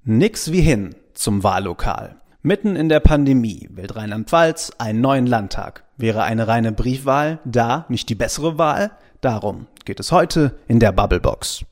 Nix wie hin zum Wahllokal. Mitten in der Pandemie wählt Rheinland-Pfalz einen neuen Landtag. Wäre eine reine Briefwahl da nicht die bessere Wahl? Darum geht es heute in der Bubblebox.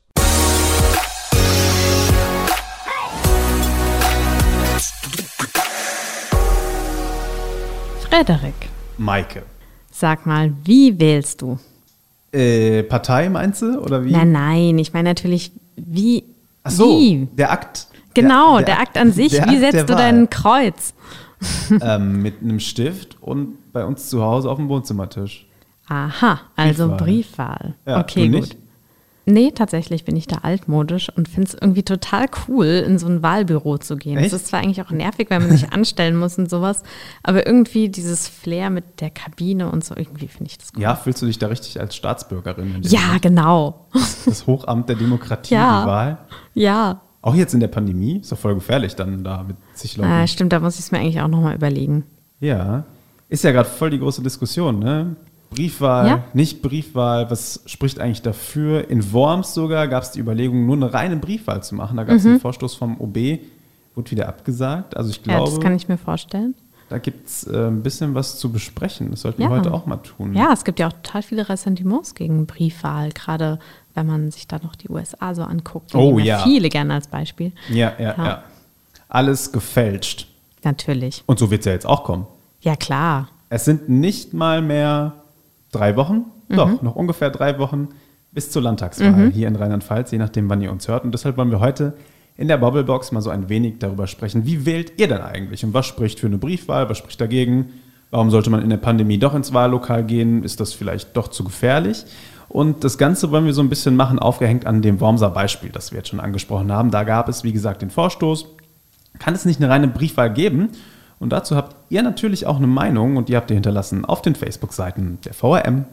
Frederik. Maike. Sag mal, wie wählst du? Partei meinst du, oder wie? Nein, ich meine natürlich, wie? Ach so, wie? Der Akt. Genau, der Akt an sich. Wie setzt du dein Kreuz? Mit einem Stift und bei uns zu Hause auf dem Wohnzimmertisch. Aha, also Briefwahl. Ja, okay, du gut. nicht? Nee, tatsächlich bin ich da altmodisch und finde es irgendwie total cool, in so ein Wahlbüro zu gehen. Echt? Es ist zwar eigentlich auch nervig, weil man sich anstellen muss und sowas, aber irgendwie dieses Flair mit der Kabine und so, irgendwie finde ich das cool. Ja, fühlst du dich da richtig als Staatsbürgerin? In dem Ja, Moment? genau. Das Hochamt der Demokratie, Ja. die Wahl. Ja. Auch jetzt in der Pandemie, ist doch voll gefährlich dann da mit zig Leuten. Stimmt, da muss ich es mir eigentlich auch nochmal überlegen. Ja, ist ja gerade voll die große Diskussion, ne? Briefwahl, Ja. nicht Briefwahl, was spricht eigentlich dafür? In Worms sogar gab es die Überlegung, nur eine reine Briefwahl zu machen. Da gab es einen Vorstoß vom OB, wurde wieder abgesagt. Also ich Ja, glaube, das kann ich mir vorstellen. da gibt es ein bisschen was zu besprechen. Das sollten wir Ja. heute auch mal tun. Ja, es gibt ja auch total viele Ressentiments gegen Briefwahl, gerade wenn man sich da noch die USA so anguckt. Die Oh, nehmen ja. Viele gerne als Beispiel. Ja. Ja. Alles gefälscht. Natürlich. Und so wird es ja jetzt auch kommen. Ja, klar. Es sind nicht mal mehr 3 Wochen, doch, noch ungefähr 3 Wochen bis zur Landtagswahl hier in Rheinland-Pfalz, je nachdem, wann ihr uns hört. Und deshalb wollen wir heute in der Bubblebox mal so ein wenig darüber sprechen, wie wählt ihr denn eigentlich? Und was spricht für eine Briefwahl, was spricht dagegen? Warum sollte man in der Pandemie doch ins Wahllokal gehen? Ist das vielleicht doch zu gefährlich? Und das Ganze wollen wir so ein bisschen machen, aufgehängt an dem Wormser Beispiel, das wir jetzt schon angesprochen haben. Da gab es, wie gesagt, den Vorstoß. Kann es nicht eine reine Briefwahl geben? Und dazu habt ihr natürlich auch eine Meinung und die habt ihr hinterlassen auf den Facebook-Seiten der VRM.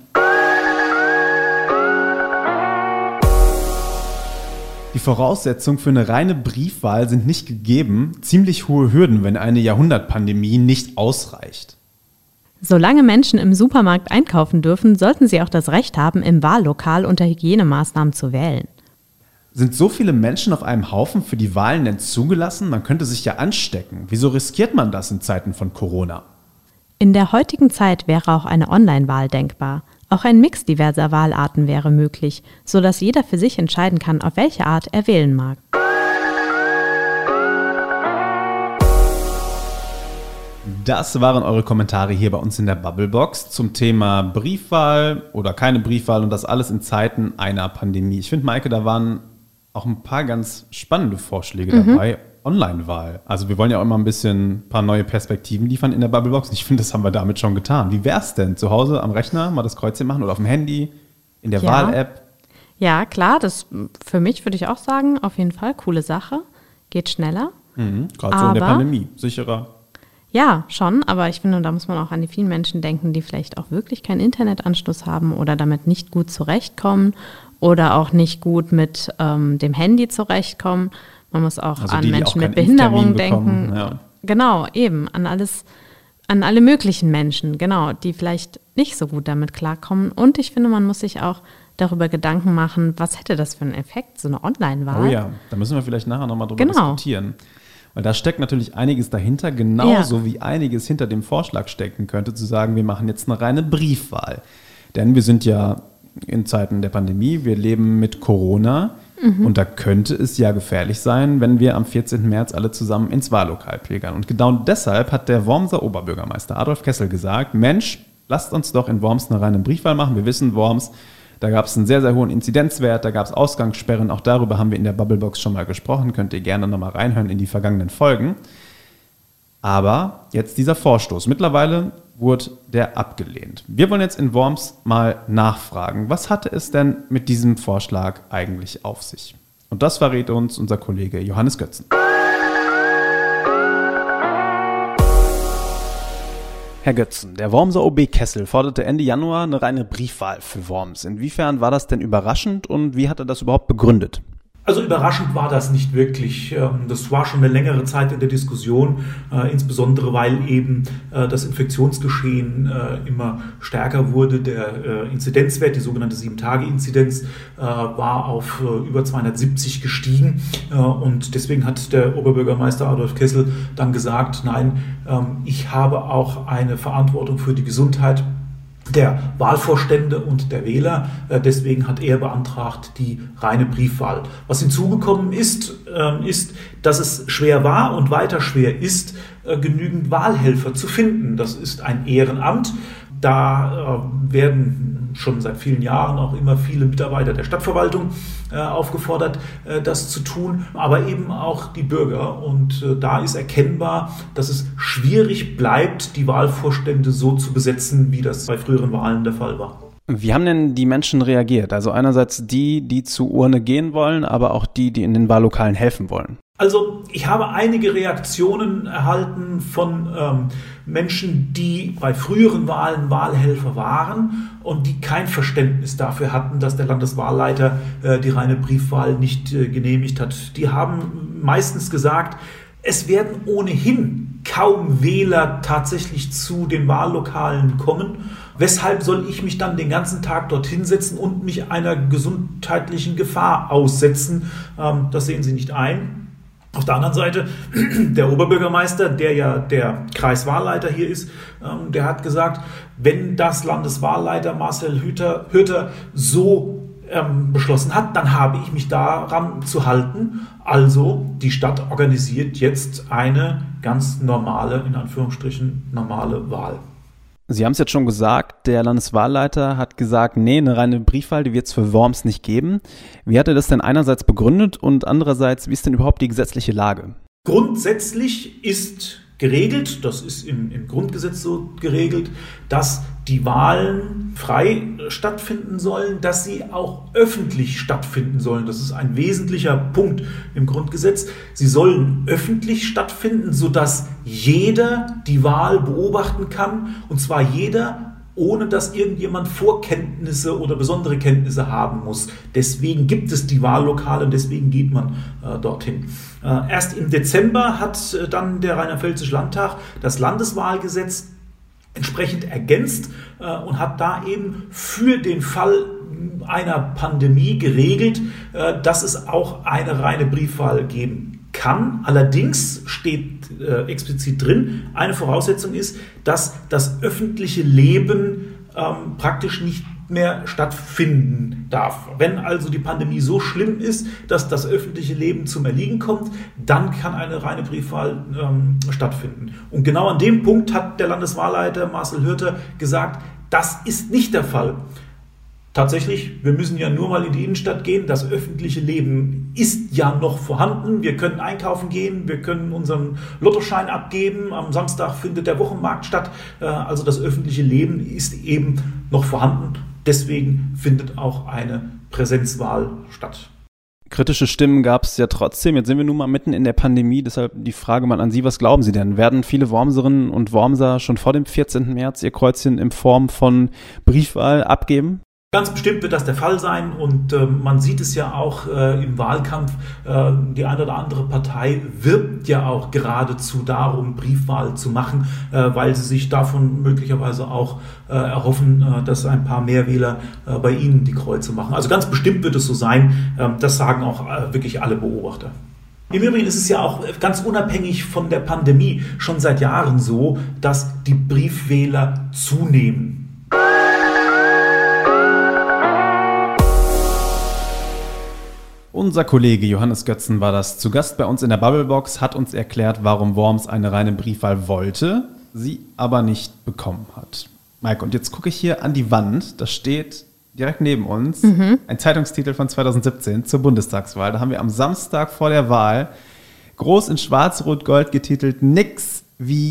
Die Voraussetzungen für eine reine Briefwahl sind nicht gegeben. Ziemlich hohe Hürden, wenn eine Jahrhundertpandemie nicht ausreicht. Solange Menschen im Supermarkt einkaufen dürfen, sollten sie auch das Recht haben, im Wahllokal unter Hygienemaßnahmen zu wählen. Sind so viele Menschen auf einem Haufen für die Wahlen denn zugelassen? Man könnte sich ja anstecken. Wieso riskiert man das in Zeiten von Corona? In der heutigen Zeit wäre auch eine Online-Wahl denkbar. Auch ein Mix diverser Wahlarten wäre möglich, sodass jeder für sich entscheiden kann, auf welche Art er wählen mag. Das waren eure Kommentare hier bei uns in der Bubblebox zum Thema Briefwahl oder keine Briefwahl und das alles in Zeiten einer Pandemie. Ich finde, Maike, da waren auch ein paar ganz spannende Vorschläge dabei. Online-Wahl. Also wir wollen ja auch immer ein paar neue Perspektiven liefern in der Bubblebox. Und ich finde, das haben wir damit schon getan. Wie wär's denn? Zu Hause am Rechner mal das Kreuzchen machen oder auf dem Handy, in der Ja. Wahl-App? Ja, klar, das für mich würde ich auch sagen, auf jeden Fall, coole Sache, geht schneller. Gerade so in der Aber- Pandemie. Sicherer. Ja, schon, aber ich finde, da muss man auch an die vielen Menschen denken, die vielleicht auch wirklich keinen Internetanschluss haben oder damit nicht gut zurechtkommen oder auch nicht gut mit dem Handy zurechtkommen. Man muss auch Also an die auch Menschen mit keinen Behinderung Impftermin bekommen, denken. ja. Genau, eben, an alle möglichen Menschen, genau, die vielleicht nicht so gut damit klarkommen. Und ich finde, man muss sich auch darüber Gedanken machen, was hätte das für einen Effekt, so eine Online-Wahl. Oh ja, da müssen wir vielleicht nachher nochmal drüber Genau. diskutieren. Weil da steckt natürlich einiges dahinter, genauso wie einiges hinter dem Vorschlag stecken könnte, zu sagen, wir machen jetzt eine reine Briefwahl. Denn wir sind ja in Zeiten der Pandemie, wir leben mit Corona und da könnte es ja gefährlich sein, wenn wir am 14. März alle zusammen ins Wahllokal pilgern. Und genau deshalb hat der Wormser Oberbürgermeister Adolf Kessel gesagt, Mensch, lasst uns doch in Worms eine reine Briefwahl machen. Wir wissen, Worms, da gab es einen sehr, sehr hohen Inzidenzwert, da gab es Ausgangssperren. Auch darüber haben wir in der Bubblebox schon mal gesprochen. Könnt ihr gerne nochmal reinhören in die vergangenen Folgen. Aber jetzt dieser Vorstoß. Mittlerweile wurde der abgelehnt. Wir wollen jetzt in Worms mal nachfragen, was hatte es denn mit diesem Vorschlag eigentlich auf sich? Und das verrät uns unser Kollege Johannes Götzen. Herr Götzen, der Wormser OB Kessel forderte Ende Januar eine reine Briefwahl für Worms. Inwiefern war das denn überraschend und wie hat er das überhaupt begründet? Also überraschend war das nicht wirklich. Das war schon eine längere Zeit in der Diskussion, insbesondere weil eben das Infektionsgeschehen immer stärker wurde. Der Inzidenzwert, die sogenannte 7-Tage-Inzidenz, war auf über 270 gestiegen. Und deswegen hat der Oberbürgermeister Adolf Kessel dann gesagt, nein, ich habe auch eine Verantwortung für die Gesundheit der Wahlvorstände und der Wähler. Deswegen hat er beantragt die reine Briefwahl. Was hinzugekommen ist, dass es schwer war und weiter schwer ist, genügend Wahlhelfer zu finden. Das ist ein Ehrenamt. Da werden schon seit vielen Jahren auch immer viele Mitarbeiter der Stadtverwaltung aufgefordert, das zu tun, aber eben auch die Bürger. Und da ist erkennbar, dass es schwierig bleibt, die Wahlvorstände so zu besetzen, wie das bei früheren Wahlen der Fall war. Wie haben denn die Menschen reagiert? Also einerseits die zur Urne gehen wollen, aber auch die in den Wahllokalen helfen wollen. Also ich habe einige Reaktionen erhalten von Menschen, die bei früheren Wahlen Wahlhelfer waren und die kein Verständnis dafür hatten, dass der Landeswahlleiter die reine Briefwahl nicht genehmigt hat. Die haben meistens gesagt, es werden ohnehin kaum Wähler tatsächlich zu den Wahllokalen kommen. Weshalb soll ich mich dann den ganzen Tag dorthin setzen und mich einer gesundheitlichen Gefahr aussetzen? Das sehen sie nicht ein. Auf der anderen Seite, der Oberbürgermeister, der ja der Kreiswahlleiter hier ist, der hat gesagt, wenn das Landeswahlleiter Marcel Hürter so beschlossen hat, dann habe ich mich daran zu halten. Also die Stadt organisiert jetzt eine ganz normale, in Anführungsstrichen, normale Wahl. Sie haben es jetzt schon gesagt, der Landeswahlleiter hat gesagt, nee, eine reine Briefwahl, die wird es für Worms nicht geben. Wie hat er das denn einerseits begründet und andererseits, wie ist denn überhaupt die gesetzliche Lage? Grundsätzlich ist geregelt, das ist im Grundgesetz so geregelt, dass die Wahlen frei stattfinden sollen, dass sie auch öffentlich stattfinden sollen. Das ist ein wesentlicher Punkt im Grundgesetz. Sie sollen öffentlich stattfinden, sodass jeder die Wahl beobachten kann, und zwar jeder, ohne dass irgendjemand Vorkenntnisse oder besondere Kenntnisse haben muss. Deswegen gibt es die Wahllokale und deswegen geht man dorthin. Erst im Dezember hat dann der Rheinland-Pfälzische Landtag das Landeswahlgesetz entsprechend ergänzt und hat da eben für den Fall einer Pandemie geregelt, dass es auch eine reine Briefwahl geben kann. Allerdings steht explizit drin, eine Voraussetzung ist, dass das öffentliche Leben praktisch nicht mehr stattfinden darf. Wenn also die Pandemie so schlimm ist, dass das öffentliche Leben zum Erliegen kommt, dann kann eine reine Briefwahl stattfinden. Und genau an dem Punkt hat der Landeswahlleiter Marcel Hürter gesagt, das ist nicht der Fall. Tatsächlich, wir müssen ja nur mal in die Innenstadt gehen. Das öffentliche Leben ist ja noch vorhanden. Wir können einkaufen gehen, wir können unseren Lottoschein abgeben. Am Samstag findet der Wochenmarkt statt. Also das öffentliche Leben ist eben noch vorhanden. Deswegen findet auch eine Präsenzwahl statt. Kritische Stimmen gab es ja trotzdem. Jetzt sind wir nun mal mitten in der Pandemie. Deshalb die Frage mal an Sie, was glauben Sie denn? Werden viele Wormserinnen und Wormser schon vor dem 14. März ihr Kreuzchen in Form von Briefwahl abgeben? Ganz bestimmt wird das der Fall sein und man sieht es ja auch im Wahlkampf. Die eine oder andere Partei wirbt ja auch geradezu darum, Briefwahl zu machen, weil sie sich davon möglicherweise auch erhoffen, dass ein paar mehr Wähler bei ihnen die Kreuze machen. Also ganz bestimmt wird es so sein. Das sagen auch wirklich alle Beobachter. Im Übrigen ist es ja auch ganz unabhängig von der Pandemie schon seit Jahren so, dass die Briefwähler zunehmen. Unser Kollege Johannes Götzen war das zu Gast bei uns in der Bubblebox, hat uns erklärt, warum Worms eine reine Briefwahl wollte, sie aber nicht bekommen hat. Maike, und jetzt gucke ich hier an die Wand, da steht direkt neben uns ein Zeitungstitel von 2017 zur Bundestagswahl. Da haben wir am Samstag vor der Wahl groß in Schwarz-Rot-Gold getitelt, nix wie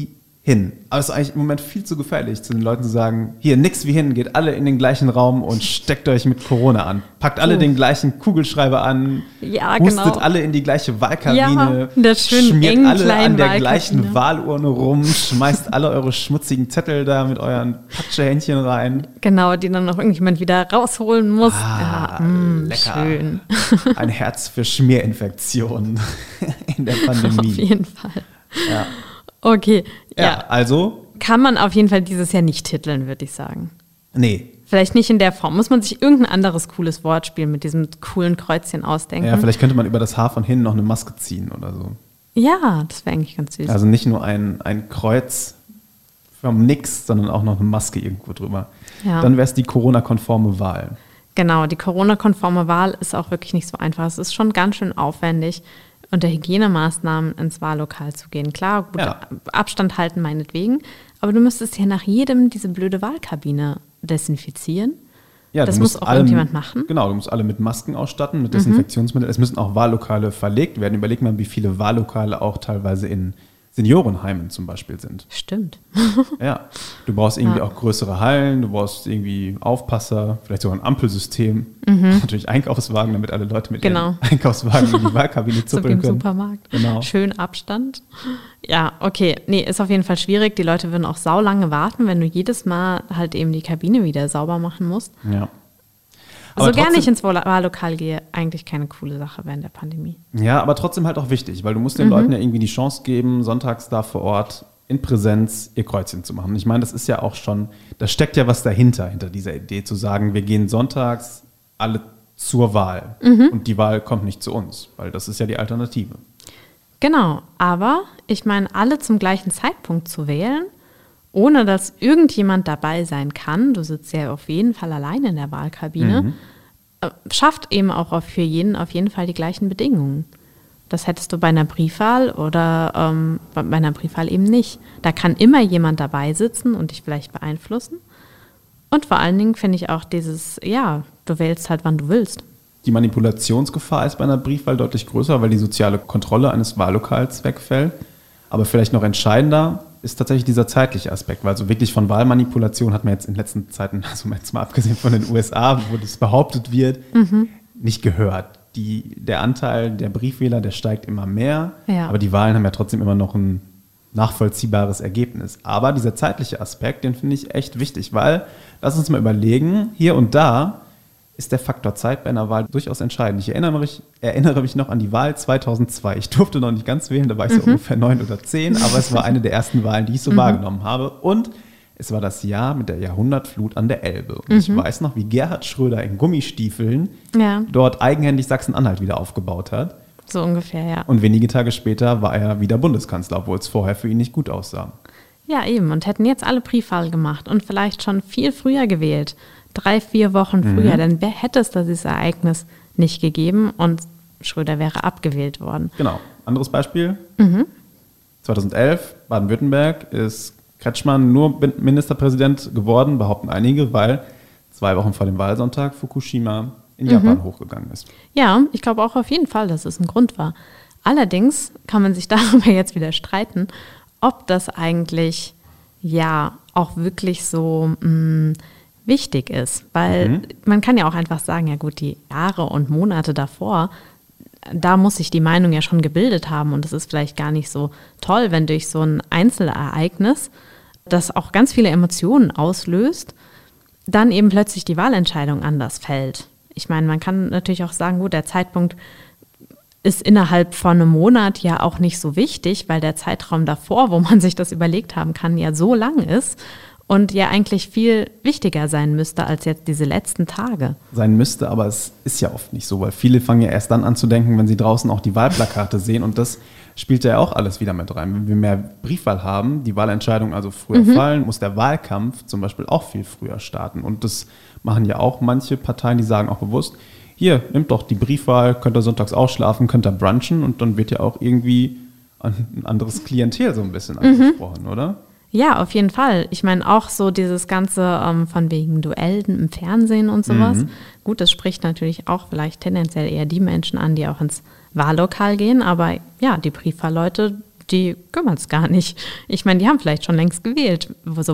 hin. Aber es ist eigentlich im Moment viel zu gefährlich, zu den Leuten zu sagen, hier, nix wie hin, geht alle in den gleichen Raum und steckt euch mit Corona an. Packt alle den gleichen Kugelschreiber an, hustet alle in die gleiche Wahlkabine, schmiert alle an der gleichen Wahlurne rum, schmeißt alle eure schmutzigen Zettel da mit euren Patschehändchen rein. Genau, die dann noch irgendjemand wieder rausholen muss. Lecker. Schön. Ein Herz für Schmierinfektionen in der Pandemie. Auf jeden Fall. Ja. Okay, ja. Also kann man auf jeden Fall dieses Jahr nicht titeln, würde ich sagen. Nee. Vielleicht nicht in der Form. Muss man sich irgendein anderes cooles Wortspiel mit diesem coolen Kreuzchen ausdenken? Ja, vielleicht könnte man über das Haar von hinten noch eine Maske ziehen oder so. Ja, das wäre eigentlich ganz süß. Also nicht nur ein Kreuz vom Nix, sondern auch noch eine Maske irgendwo drüber. Ja. Dann wäre es die Corona-konforme Wahl. Genau, die Corona-konforme Wahl ist auch wirklich nicht so einfach. Es ist schon ganz schön aufwendig, unter Hygienemaßnahmen ins Wahllokal zu gehen. Klar, gut, Abstand halten meinetwegen, aber du müsstest ja nach jedem diese blöde Wahlkabine desinfizieren. Ja, das muss auch irgendjemand machen. Genau, du musst alle mit Masken ausstatten, mit Desinfektionsmitteln. Es müssen auch Wahllokale verlegt werden. Überleg mal, wie viele Wahllokale auch teilweise in Seniorenheimen zum Beispiel sind. Stimmt. Ja, du brauchst irgendwie auch größere Hallen, du brauchst irgendwie Aufpasser, vielleicht sogar ein Ampelsystem, natürlich Einkaufswagen, damit alle Leute mit ihren Einkaufswagen in die Wahlkabine zuppeln können. So wie im Supermarkt. Genau. Schön Abstand. Ja, okay. Nee, ist auf jeden Fall schwierig. Die Leute würden auch saulange warten, wenn du jedes Mal halt eben die Kabine wieder sauber machen musst. Ja. So gerne ich ins Wahllokal gehe, eigentlich keine coole Sache während der Pandemie. Ja, aber trotzdem halt auch wichtig, weil du musst den Leuten ja irgendwie die Chance geben, sonntags da vor Ort in Präsenz ihr Kreuzchen zu machen. Ich meine, das ist ja auch schon, da steckt ja was dahinter, hinter dieser Idee zu sagen, wir gehen sonntags alle zur Wahl und die Wahl kommt nicht zu uns, weil das ist ja die Alternative. Genau, aber ich meine, alle zum gleichen Zeitpunkt zu wählen, ohne dass irgendjemand dabei sein kann, du sitzt ja auf jeden Fall alleine in der Wahlkabine, schafft eben auch für jeden auf jeden Fall die gleichen Bedingungen. Das hättest du bei einer Briefwahl oder bei einer Briefwahl eben nicht. Da kann immer jemand dabei sitzen und dich vielleicht beeinflussen. Und vor allen Dingen finde ich auch dieses, du wählst halt, wann du willst. Die Manipulationsgefahr ist bei einer Briefwahl deutlich größer, weil die soziale Kontrolle eines Wahllokals wegfällt. Aber vielleicht noch entscheidender ist tatsächlich dieser zeitliche Aspekt, weil so wirklich von Wahlmanipulation hat man jetzt in den letzten Zeiten, also jetzt mal abgesehen von den USA, wo das behauptet wird, nicht gehört. Der Anteil der Briefwähler, der steigt immer mehr, aber die Wahlen haben ja trotzdem immer noch ein nachvollziehbares Ergebnis. Aber dieser zeitliche Aspekt, den finde ich echt wichtig, weil, lass uns mal überlegen, hier und da ist der Faktor Zeit bei einer Wahl durchaus entscheidend. Ich erinnere mich noch an die Wahl 2002. Ich durfte noch nicht ganz wählen, da war ich so ungefähr 9 oder 10, aber es war eine der ersten Wahlen, die ich so wahrgenommen habe. Und es war das Jahr mit der Jahrhundertflut an der Elbe. Und ich weiß noch, wie Gerhard Schröder in Gummistiefeln dort eigenhändig Sachsen-Anhalt wieder aufgebaut hat. So ungefähr, ja. Und wenige Tage später war er wieder Bundeskanzler, obwohl es vorher für ihn nicht gut aussah. Ja, eben. Und hätten jetzt alle Briefwahl gemacht und vielleicht schon viel früher gewählt. 3-4 Wochen früher, dann hätte es dieses Ereignis nicht gegeben und Schröder wäre abgewählt worden. Genau. Anderes Beispiel. 2011, Baden-Württemberg, ist Kretschmann nur Ministerpräsident geworden, behaupten einige, weil 2 Wochen vor dem Wahlsonntag Fukushima in Japan hochgegangen ist. Ja, ich glaube auch auf jeden Fall, dass es ein Grund war. Allerdings kann man sich darüber jetzt wieder streiten, ob das eigentlich auch wirklich so wichtig ist, weil man kann ja auch einfach sagen, ja gut, die Jahre und Monate davor, da muss sich die Meinung ja schon gebildet haben und es ist vielleicht gar nicht so toll, wenn durch so ein Einzelereignis, das auch ganz viele Emotionen auslöst, dann eben plötzlich die Wahlentscheidung anders fällt. Ich meine, man kann natürlich auch sagen, gut, der Zeitpunkt ist innerhalb von einem Monat ja auch nicht so wichtig, weil der Zeitraum davor, wo man sich das überlegt haben kann, ja so lang ist. Und ja eigentlich viel wichtiger sein müsste als jetzt diese letzten Tage. Sein müsste, aber es ist ja oft nicht so, weil viele fangen ja erst dann an zu denken, wenn sie draußen auch die Wahlplakate sehen und das spielt ja auch alles wieder mit rein. Wenn wir mehr Briefwahl haben, die Wahlentscheidung also früher fallen, muss der Wahlkampf zum Beispiel auch viel früher starten und das machen ja auch manche Parteien, die sagen auch bewusst, hier, nimmt doch die Briefwahl, könnt ihr sonntags ausschlafen, könnt ihr brunchen und dann wird ja auch irgendwie ein anderes Klientel so ein bisschen angesprochen, oder? Ja, auf jeden Fall. Ich meine auch so dieses Ganze von wegen Duellen im Fernsehen und sowas. Gut, das spricht natürlich auch vielleicht tendenziell eher die Menschen an, die auch ins Wahllokal gehen. Aber ja, die Briefwahlleute die kümmert es gar nicht. Ich meine, die haben vielleicht schon längst gewählt,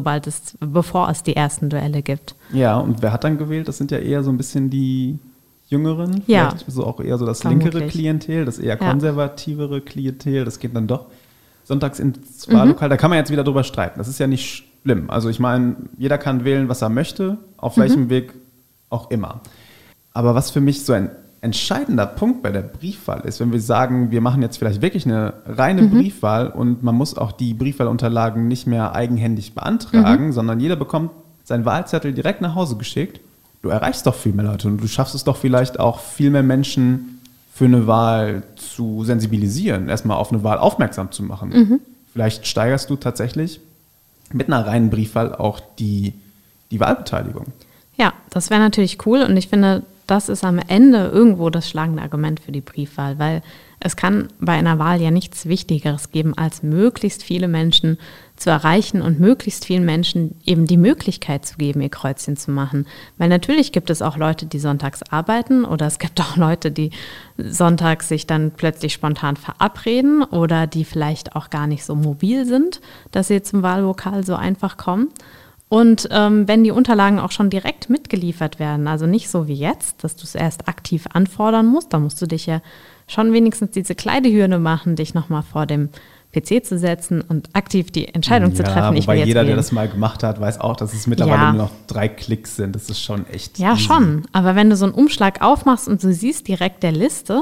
bevor es die ersten Duelle gibt. Ja, und wer hat dann gewählt? Das sind ja eher so ein bisschen die Jüngeren, vielleicht so auch eher so das linkere Klientel, das eher konservativere Klientel. Das geht dann doch sonntags ins Wahllokal. Da kann man jetzt wieder drüber streiten. Das ist ja nicht schlimm. Also ich meine, jeder kann wählen, was er möchte, auf welchem Weg auch immer. Aber was für mich so ein entscheidender Punkt bei der Briefwahl ist, wenn wir sagen, wir machen jetzt vielleicht wirklich eine reine Briefwahl und man muss auch die Briefwahlunterlagen nicht mehr eigenhändig beantragen, sondern jeder bekommt seinen Wahlzettel direkt nach Hause geschickt. Du erreichst doch viel mehr Leute und du schaffst es doch vielleicht auch viel mehr Menschen für eine Wahl zu sensibilisieren, erstmal auf eine Wahl aufmerksam zu machen. Vielleicht steigerst du tatsächlich mit einer reinen Briefwahl auch die Wahlbeteiligung. Ja, das wäre natürlich cool und ich finde, das ist am Ende irgendwo das schlagende Argument für die Briefwahl, weil es kann bei einer Wahl ja nichts Wichtigeres geben, als möglichst viele Menschen zu erreichen und möglichst vielen Menschen eben die Möglichkeit zu geben, ihr Kreuzchen zu machen. Weil natürlich gibt es auch Leute, die sonntags arbeiten oder es gibt auch Leute, die sonntags sich dann plötzlich spontan verabreden oder die vielleicht auch gar nicht so mobil sind, dass sie zum Wahllokal so einfach kommen. Und wenn die Unterlagen auch schon direkt mitgeliefert werden, also nicht so wie jetzt, dass du es erst aktiv anfordern musst, da musst du dich ja schon wenigstens diese Kleidehürde machen, dich nochmal vor dem PC zu setzen und aktiv die Entscheidung zu treffen. Wobei jeder, der das mal gemacht hat, weiß auch, dass es mittlerweile nur noch 3 Klicks sind. Das ist schon echt easy. Schon. Aber wenn du so einen Umschlag aufmachst und du siehst direkt der Liste,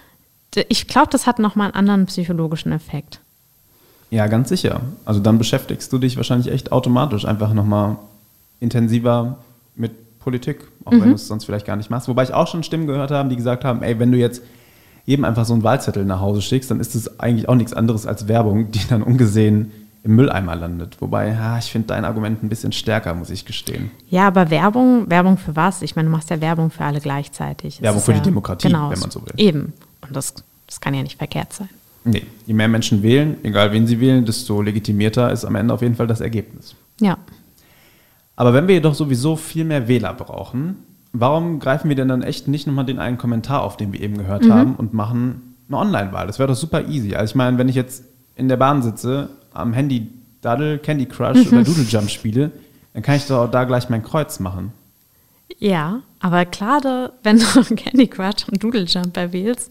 ich glaube, das hat nochmal einen anderen psychologischen Effekt. Ja, ganz sicher. Also dann beschäftigst du dich wahrscheinlich echt automatisch einfach nochmal intensiver mit Politik, auch wenn du es sonst vielleicht gar nicht machst. Wobei ich auch schon Stimmen gehört habe, die gesagt haben, ey, wenn du jetzt jedem einfach so einen Wahlzettel nach Hause schickst, dann ist es eigentlich auch nichts anderes als Werbung, die dann ungesehen im Mülleimer landet. Wobei, ich finde dein Argument ein bisschen stärker, muss ich gestehen. Ja, aber Werbung für was? Ich meine, du machst ja Werbung für alle gleichzeitig. Werbung für die Demokratie, wenn man so will. Eben. Und das kann ja nicht verkehrt sein. Nee, je mehr Menschen wählen, egal wen sie wählen, desto legitimierter ist am Ende auf jeden Fall das Ergebnis. Ja. Aber wenn wir jedoch sowieso viel mehr Wähler brauchen, warum greifen wir denn dann echt nicht nochmal den einen Kommentar auf, den wir eben gehört haben, und machen eine Online-Wahl? Das wäre doch super easy. Also ich meine, wenn ich jetzt in der Bahn sitze, am Handy Daddel, Candy Crush oder Doodle Jump spiele, dann kann ich doch da gleich mein Kreuz machen. Ja, aber gerade wenn du Candy Crush und Doodle Jump erwählst,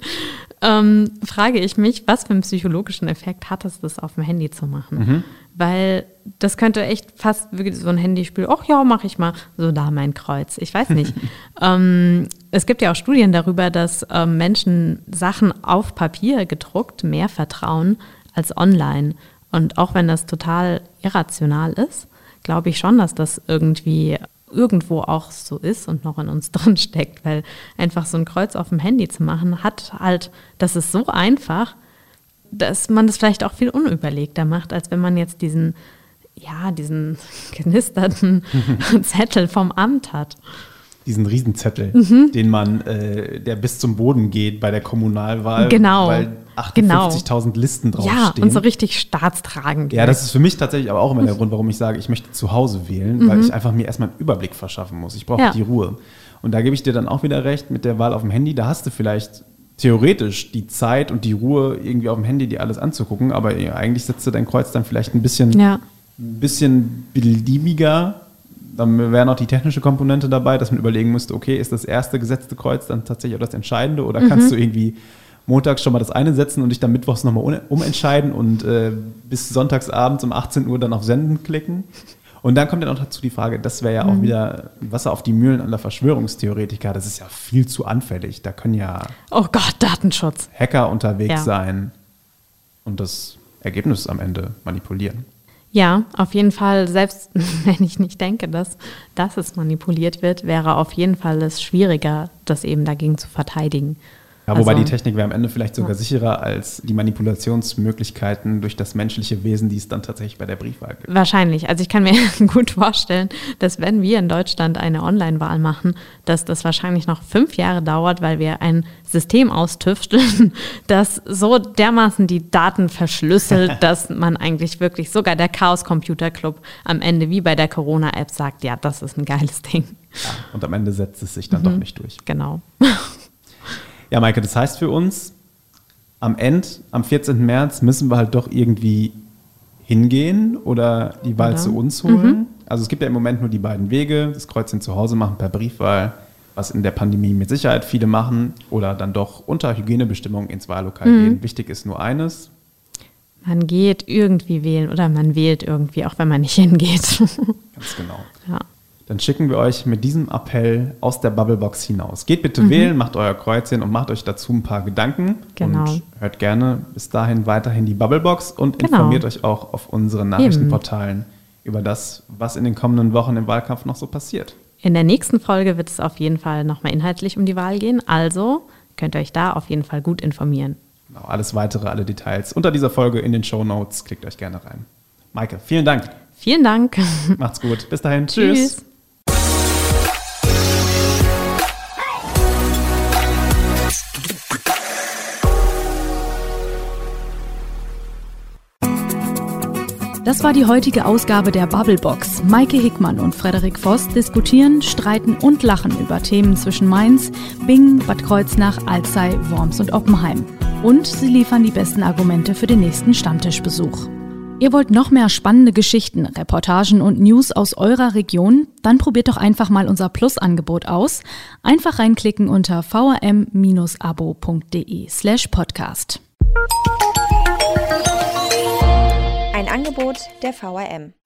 frage ich mich, was für einen psychologischen Effekt hat es, das auf dem Handy zu machen? Weil das könnte echt fast wirklich so ein Handyspiel, ach ja, mache ich mal so da mein Kreuz. Ich weiß nicht. Es gibt ja auch Studien darüber, dass Menschen Sachen auf Papier gedruckt mehr vertrauen als online. Und auch wenn das total irrational ist, glaube ich schon, dass das irgendwo auch so ist und noch in uns drin steckt, weil einfach so ein Kreuz auf dem Handy zu machen, das ist so einfach, dass man das vielleicht auch viel unüberlegter macht, als wenn man jetzt diesen geknisterten Zettel vom Amt hat. Diesen Riesenzettel, den man, der bis zum Boden geht bei der Kommunalwahl, genau, weil 58.000 Listen draufstehen. Ja, und so richtig staatstragend. Ja, das ist für mich tatsächlich aber auch immer der Grund, warum ich sage, ich möchte zu Hause wählen, weil ich einfach mir erstmal einen Überblick verschaffen muss. Ich brauche die Ruhe. Und da gebe ich dir dann auch wieder recht mit der Wahl auf dem Handy. Da hast du vielleicht theoretisch die Zeit und die Ruhe, irgendwie auf dem Handy dir alles anzugucken, aber eigentlich setzt du dein Kreuz dann vielleicht ein bisschen beliebiger. Dann wäre noch die technische Komponente dabei, dass man überlegen müsste, okay, ist das erste gesetzte Kreuz dann tatsächlich auch das Entscheidende oder kannst du irgendwie montags schon mal das eine setzen und dich dann mittwochs nochmal umentscheiden und bis sonntagsabends um 18 Uhr dann auf Senden klicken? Und dann kommt dann auch dazu die Frage, das wäre ja auch wieder Wasser auf die Mühlen aller Verschwörungstheoretiker, das ist ja viel zu anfällig. Da können ja oh Gott, Datenschutz. Hacker unterwegs sein und das Ergebnis am Ende manipulieren. Ja, auf jeden Fall, selbst wenn ich nicht denke, dass es manipuliert wird, wäre auf jeden Fall es schwieriger, das eben dagegen zu verteidigen. Ja, wobei die Technik wäre am Ende vielleicht sogar sicherer als die Manipulationsmöglichkeiten durch das menschliche Wesen, die es dann tatsächlich bei der Briefwahl gibt. Wahrscheinlich. Also ich kann mir gut vorstellen, dass wenn wir in Deutschland eine Online-Wahl machen, dass das wahrscheinlich noch 5 Jahre dauert, weil wir ein System austüfteln, das so dermaßen die Daten verschlüsselt, dass man eigentlich wirklich, sogar der Chaos Computer Club am Ende wie bei der Corona-App sagt, ja, das ist ein geiles Ding. Ja, und am Ende setzt es sich dann doch nicht durch. Genau. Ja, Maike, das heißt für uns, am Ende, am 14. März, müssen wir halt doch irgendwie hingehen oder die Wahl zu uns holen. Also es gibt ja im Moment nur die beiden Wege, das Kreuzchen zu Hause machen per Briefwahl, was in der Pandemie mit Sicherheit viele machen, oder dann doch unter Hygienebestimmungen ins Wahllokal gehen. Wichtig ist nur eines. Man geht irgendwie wählen oder man wählt irgendwie, auch wenn man nicht hingeht. Ganz genau. Ja. Dann schicken wir euch mit diesem Appell aus der Bubblebox hinaus. Geht bitte wählen, macht euer Kreuzchen und macht euch dazu ein paar Gedanken. Genau. Und hört gerne bis dahin weiterhin die Bubblebox und informiert euch auch auf unseren Nachrichtenportalen über das, was in den kommenden Wochen im Wahlkampf noch so passiert. In der nächsten Folge wird es auf jeden Fall nochmal inhaltlich um die Wahl gehen. Also könnt ihr euch da auf jeden Fall gut informieren. Genau, alles weitere, alle Details unter dieser Folge in den Shownotes. Klickt euch gerne rein. Maike, vielen Dank. Vielen Dank. Macht's gut. Bis dahin. Tschüss. Das war die heutige Ausgabe der Bubblebox. Maike Hickmann und Frederik Voss diskutieren, streiten und lachen über Themen zwischen Mainz, Bingen, Bad Kreuznach, Alzey, Worms und Oppenheim. Und sie liefern die besten Argumente für den nächsten Stammtischbesuch. Ihr wollt noch mehr spannende Geschichten, Reportagen und News aus eurer Region? Dann probiert doch einfach mal unser Plus-Angebot aus. Einfach reinklicken unter vrm-abo.de/podcast. Ein Angebot der VRM.